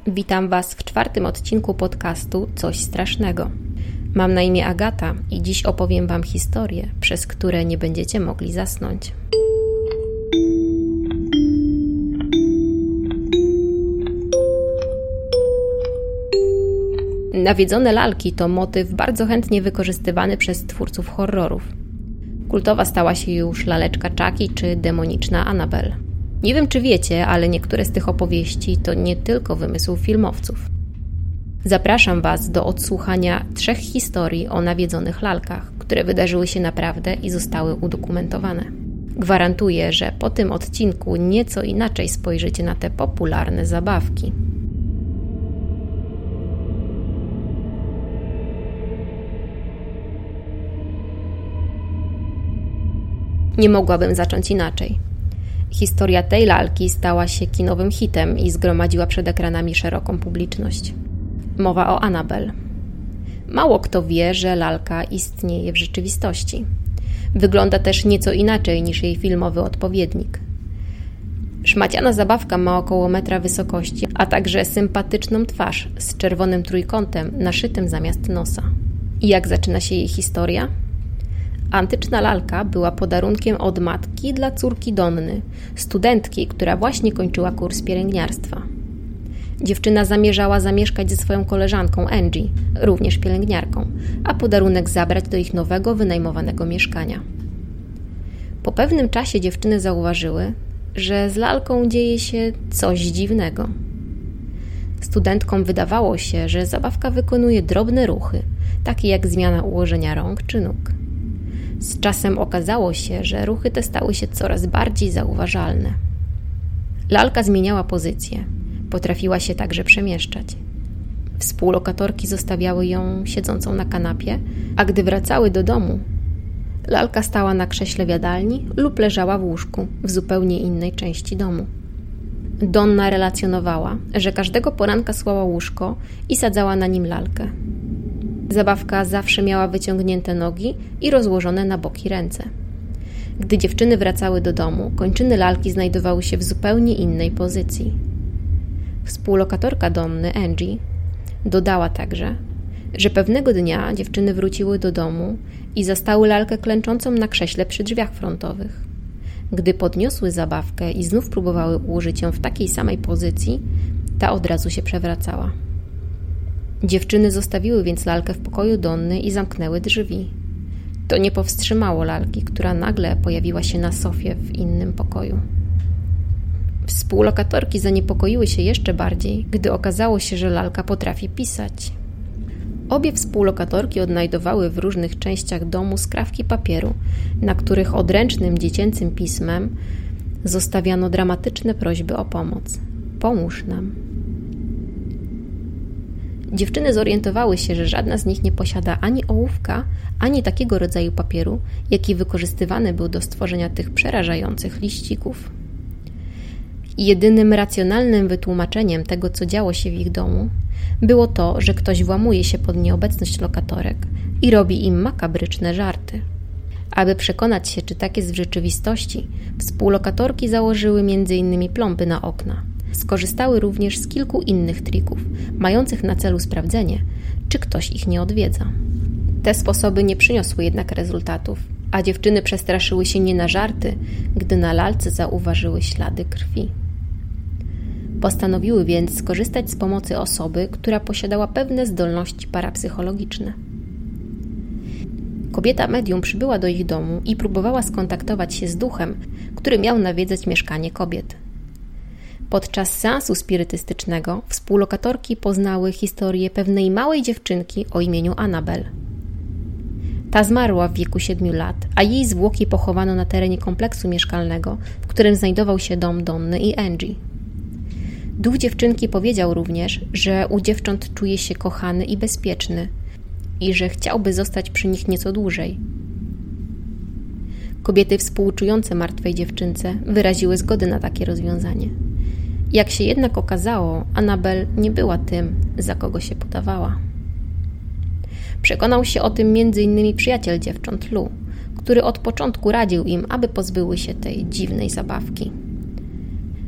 Witam Was w 4. odcinku podcastu Coś strasznego. Mam na imię Agata i dziś opowiem Wam historie, przez które nie będziecie mogli zasnąć. Nawiedzone lalki to motyw bardzo chętnie wykorzystywany przez twórców horrorów. Kultowa stała się już laleczka Chucky czy demoniczna Annabelle. Nie wiem, czy wiecie, ale niektóre z tych opowieści to nie tylko wymysł filmowców. Zapraszam Was do odsłuchania 3 historii o nawiedzonych lalkach, które wydarzyły się naprawdę i zostały udokumentowane. Gwarantuję, że po tym odcinku nieco inaczej spojrzycie na te popularne zabawki. Nie mogłabym zacząć inaczej. Historia tej lalki stała się kinowym hitem i zgromadziła przed ekranami szeroką publiczność. Mowa o Annabelle. Mało kto wie, że lalka istnieje w rzeczywistości. Wygląda też nieco inaczej niż jej filmowy odpowiednik. Szmaciana zabawka ma około metra wysokości, a także sympatyczną twarz z czerwonym trójkątem naszytym zamiast nosa. I jak zaczyna się jej historia? Antyczna lalka była podarunkiem od matki dla córki Donny, studentki, która właśnie kończyła kurs pielęgniarstwa. Dziewczyna zamierzała zamieszkać ze swoją koleżanką Angie, również pielęgniarką, a podarunek zabrać do ich nowego, wynajmowanego mieszkania. Po pewnym czasie dziewczyny zauważyły, że z lalką dzieje się coś dziwnego. Studentkom wydawało się, że zabawka wykonuje drobne ruchy, takie jak zmiana ułożenia rąk czy nóg. Z czasem okazało się, że ruchy te stały się coraz bardziej zauważalne. Lalka zmieniała pozycję, potrafiła się także przemieszczać. Współlokatorki zostawiały ją siedzącą na kanapie, a gdy wracały do domu, lalka stała na krześle w jadalni lub leżała w łóżku w zupełnie innej części domu. Donna relacjonowała, że każdego poranka słała łóżko i sadzała na nim lalkę. Zabawka zawsze miała wyciągnięte nogi i rozłożone na boki ręce. Gdy dziewczyny wracały do domu, kończyny lalki znajdowały się w zupełnie innej pozycji. Współlokatorka Donny, Angie, dodała także, że pewnego dnia dziewczyny wróciły do domu i zastały lalkę klęczącą na krześle przy drzwiach frontowych. Gdy podniosły zabawkę i znów próbowały ułożyć ją w takiej samej pozycji, ta od razu się przewracała. Dziewczyny zostawiły więc lalkę w pokoju Donny i zamknęły drzwi. To nie powstrzymało lalki, która nagle pojawiła się na sofie w innym pokoju. Współlokatorki zaniepokoiły się jeszcze bardziej, gdy okazało się, że lalka potrafi pisać. Obie współlokatorki odnajdowały w różnych częściach domu skrawki papieru, na których odręcznym dziecięcym pismem zostawiano dramatyczne prośby o pomoc. Pomóż nam. Dziewczyny zorientowały się, że żadna z nich nie posiada ani ołówka, ani takiego rodzaju papieru, jaki wykorzystywany był do stworzenia tych przerażających liścików. Jedynym racjonalnym wytłumaczeniem tego, co działo się w ich domu, było to, że ktoś włamuje się pod nieobecność lokatorek i robi im makabryczne żarty. Aby przekonać się, czy tak jest w rzeczywistości, współlokatorki założyły m.in. plomby na okna. Skorzystały również z kilku innych trików, mających na celu sprawdzenie, czy ktoś ich nie odwiedza. Te sposoby nie przyniosły jednak rezultatów, a dziewczyny przestraszyły się nie na żarty, gdy na lalce zauważyły ślady krwi. Postanowiły więc skorzystać z pomocy osoby, która posiadała pewne zdolności parapsychologiczne. Kobieta medium przybyła do ich domu i próbowała skontaktować się z duchem, który miał nawiedzać mieszkanie kobiet. Podczas seansu spirytystycznego współlokatorki poznały historię pewnej małej dziewczynki o imieniu Annabelle. Ta zmarła w wieku 7 lat, a jej zwłoki pochowano na terenie kompleksu mieszkalnego, w którym znajdował się dom Donny i Angie. Duch dziewczynki powiedział również, że u dziewcząt czuje się kochany i bezpieczny i że chciałby zostać przy nich nieco dłużej. Kobiety współczujące martwej dziewczynce wyraziły zgodę na takie rozwiązanie. Jak się jednak okazało, Annabelle nie była tym, za kogo się podawała. Przekonał się o tym m.in. przyjaciel dziewcząt Lou, który od początku radził im, aby pozbyły się tej dziwnej zabawki.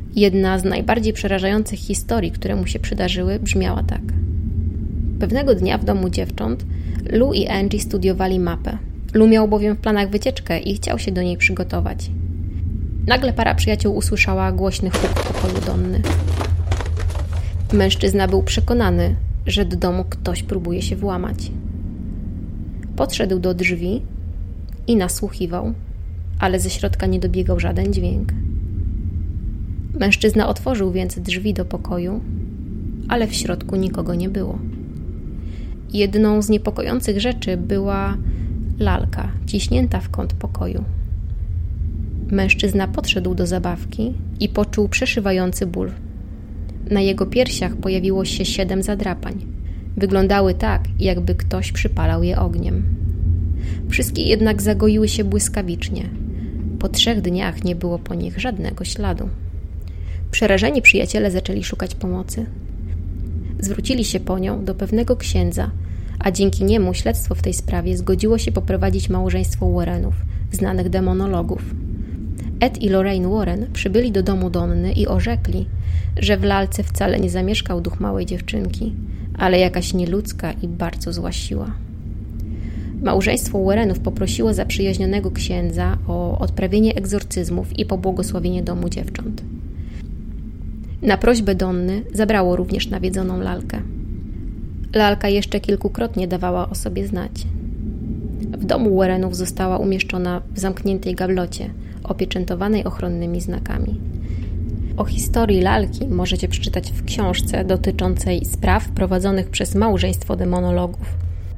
Jedna z najbardziej przerażających historii, które mu się przydarzyły, brzmiała tak. Pewnego dnia w domu dziewcząt Lou i Angie studiowali mapę. Lou miał bowiem w planach wycieczkę i chciał się do niej przygotować. Nagle para przyjaciół usłyszała głośny huk w pokoju Donny. Mężczyzna był przekonany, że do domu ktoś próbuje się włamać. Podszedł do drzwi i nasłuchiwał, ale ze środka nie dobiegał żaden dźwięk. Mężczyzna otworzył więc drzwi do pokoju, ale w środku nikogo nie było. Jedną z niepokojących rzeczy była lalka ciśnięta w kąt pokoju. Mężczyzna podszedł do zabawki i poczuł przeszywający ból. Na jego piersiach pojawiło się 7 zadrapań. Wyglądały tak, jakby ktoś przypalał je ogniem. Wszystkie jednak zagoiły się błyskawicznie. Po 3 dniach nie było po nich żadnego śladu. Przerażeni przyjaciele zaczęli szukać pomocy. Zwrócili się po nią do pewnego księdza, a dzięki niemu śledztwo w tej sprawie zgodziło się poprowadzić małżeństwo Warrenów, znanych demonologów. Ed i Lorraine Warren przybyli do domu Donny i orzekli, że w lalce wcale nie zamieszkał duch małej dziewczynki, ale jakaś nieludzka i bardzo zła siła. Małżeństwo Warrenów poprosiło zaprzyjaźnionego księdza o odprawienie egzorcyzmów i pobłogosławienie domu dziewcząt. Na prośbę Donny zabrało również nawiedzoną lalkę. Lalka jeszcze kilkukrotnie dawała o sobie znać. W domu Warrenów została umieszczona w zamkniętej gablocie, opieczętowanej ochronnymi znakami. O historii lalki możecie przeczytać w książce dotyczącej spraw prowadzonych przez małżeństwo demonologów.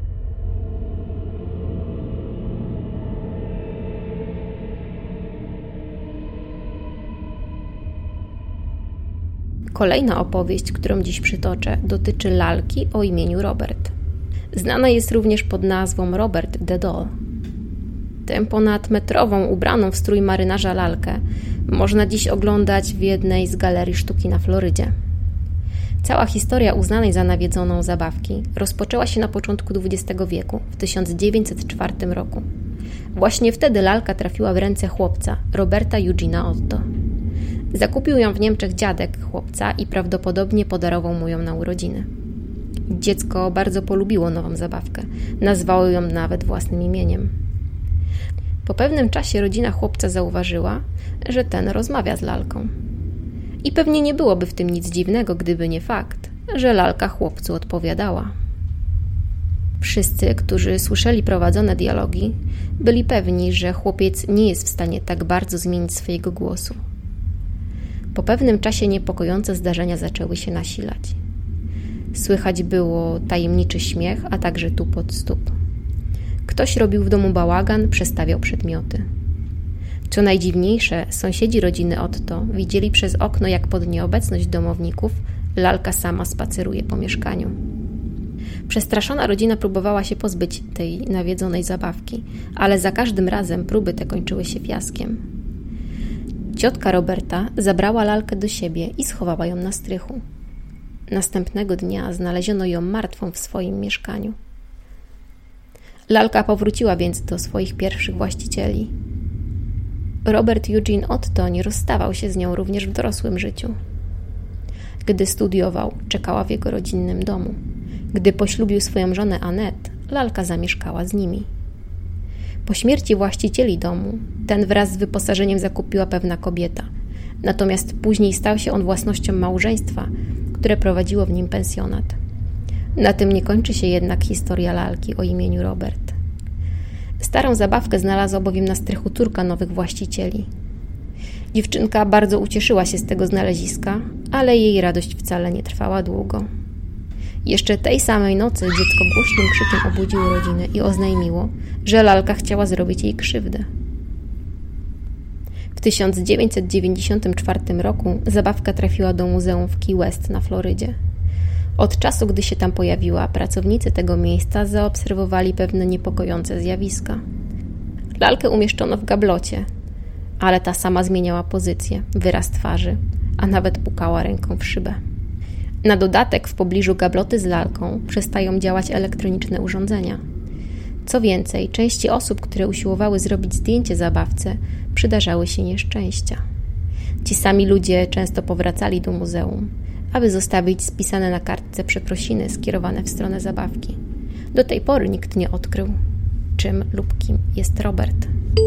Kolejna opowieść, którą dziś przytoczę, dotyczy lalki o imieniu Robert. Znana jest również pod nazwą Robert the Doll. Tę ponadmetrową, ubraną w strój marynarza lalkę można dziś oglądać w jednej z galerii sztuki na Florydzie. Cała historia uznanej za nawiedzoną zabawki rozpoczęła się na początku XX wieku, w 1904 roku. Właśnie wtedy lalka trafiła w ręce chłopca, Roberta Eugena Otto. Zakupił ją w Niemczech dziadek chłopca i prawdopodobnie podarował mu ją na urodziny. Dziecko bardzo polubiło nową zabawkę. Nazwało ją nawet własnym imieniem. Po pewnym czasie rodzina chłopca zauważyła, że ten rozmawia z lalką. I pewnie nie byłoby w tym nic dziwnego, gdyby nie fakt, że lalka chłopcu odpowiadała. Wszyscy, którzy słyszeli prowadzone dialogi, byli pewni, że chłopiec nie jest w stanie tak bardzo zmienić swojego głosu. Po pewnym czasie niepokojące zdarzenia zaczęły się nasilać. Słychać było tajemniczy śmiech, a także tupot stóp. Ktoś robił w domu bałagan, przestawiał przedmioty. Co najdziwniejsze, sąsiedzi rodziny Otto widzieli przez okno, jak pod nieobecność domowników lalka sama spaceruje po mieszkaniu. Przestraszona rodzina próbowała się pozbyć tej nawiedzonej zabawki, ale za każdym razem próby te kończyły się fiaskiem. Ciotka Roberta zabrała lalkę do siebie i schowała ją na strychu. Następnego dnia znaleziono ją martwą w swoim mieszkaniu. Lalka powróciła więc do swoich pierwszych właścicieli. Robert Eugene Otto nie rozstawał się z nią również w dorosłym życiu. Gdy studiował, czekała w jego rodzinnym domu. Gdy poślubił swoją żonę Annette, lalka zamieszkała z nimi. Po śmierci właścicieli domu, ten wraz z wyposażeniem zakupiła pewna kobieta. Natomiast później stał się on własnością małżeństwa, które prowadziło w nim pensjonat. Na tym nie kończy się jednak historia lalki o imieniu Robert. Starą zabawkę znalazła bowiem na strychu córka nowych właścicieli. Dziewczynka bardzo ucieszyła się z tego znaleziska, ale jej radość wcale nie trwała długo. Jeszcze tej samej nocy dziecko głośnym krzykiem obudziło rodzinę i oznajmiło, że lalka chciała zrobić jej krzywdę. W 1994 roku zabawka trafiła do muzeum w Key West na Florydzie. Od czasu, gdy się tam pojawiła, pracownicy tego miejsca zaobserwowali pewne niepokojące zjawiska. Lalkę umieszczono w gablocie, ale ta sama zmieniała pozycję, wyraz twarzy, a nawet pukała ręką w szybę. Na dodatek w pobliżu gabloty z lalką przestają działać elektroniczne urządzenia. Co więcej, części osób, które usiłowały zrobić zdjęcie zabawce, przydarzały się nieszczęścia. Ci sami ludzie często powracali do muzeum, aby zostawić spisane na kartce przeprosiny skierowane w stronę zabawki. Do tej pory nikt nie odkrył, czym lub kim jest Robert.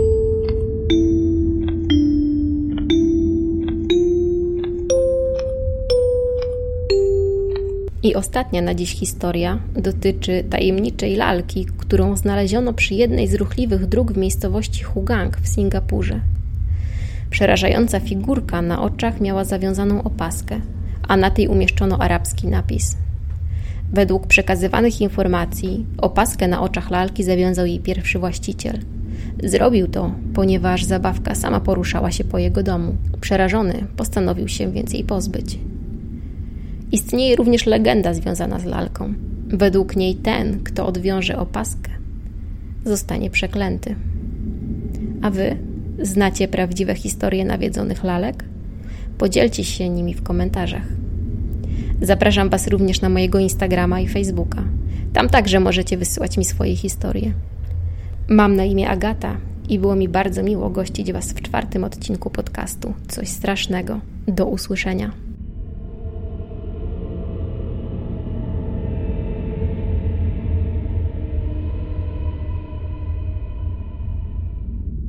I ostatnia na dziś historia dotyczy tajemniczej lalki, którą znaleziono przy jednej z ruchliwych dróg w miejscowości Hugang w Singapurze. Przerażająca figurka na oczach miała zawiązaną opaskę, a na tej umieszczono arabski napis. Według przekazywanych informacji opaskę na oczach lalki zawiązał jej pierwszy właściciel. Zrobił to, ponieważ zabawka sama poruszała się po jego domu. Przerażony postanowił się więc jej pozbyć. Istnieje również legenda związana z lalką. Według niej ten, kto odwiąże opaskę, zostanie przeklęty. A wy znacie prawdziwe historie nawiedzonych lalek? Podzielcie się nimi w komentarzach. Zapraszam Was również na mojego Instagrama i Facebooka. Tam także możecie wysyłać mi swoje historie. Mam na imię Agata i było mi bardzo miło gościć Was w 4. odcinku podcastu Coś strasznego. Do usłyszenia.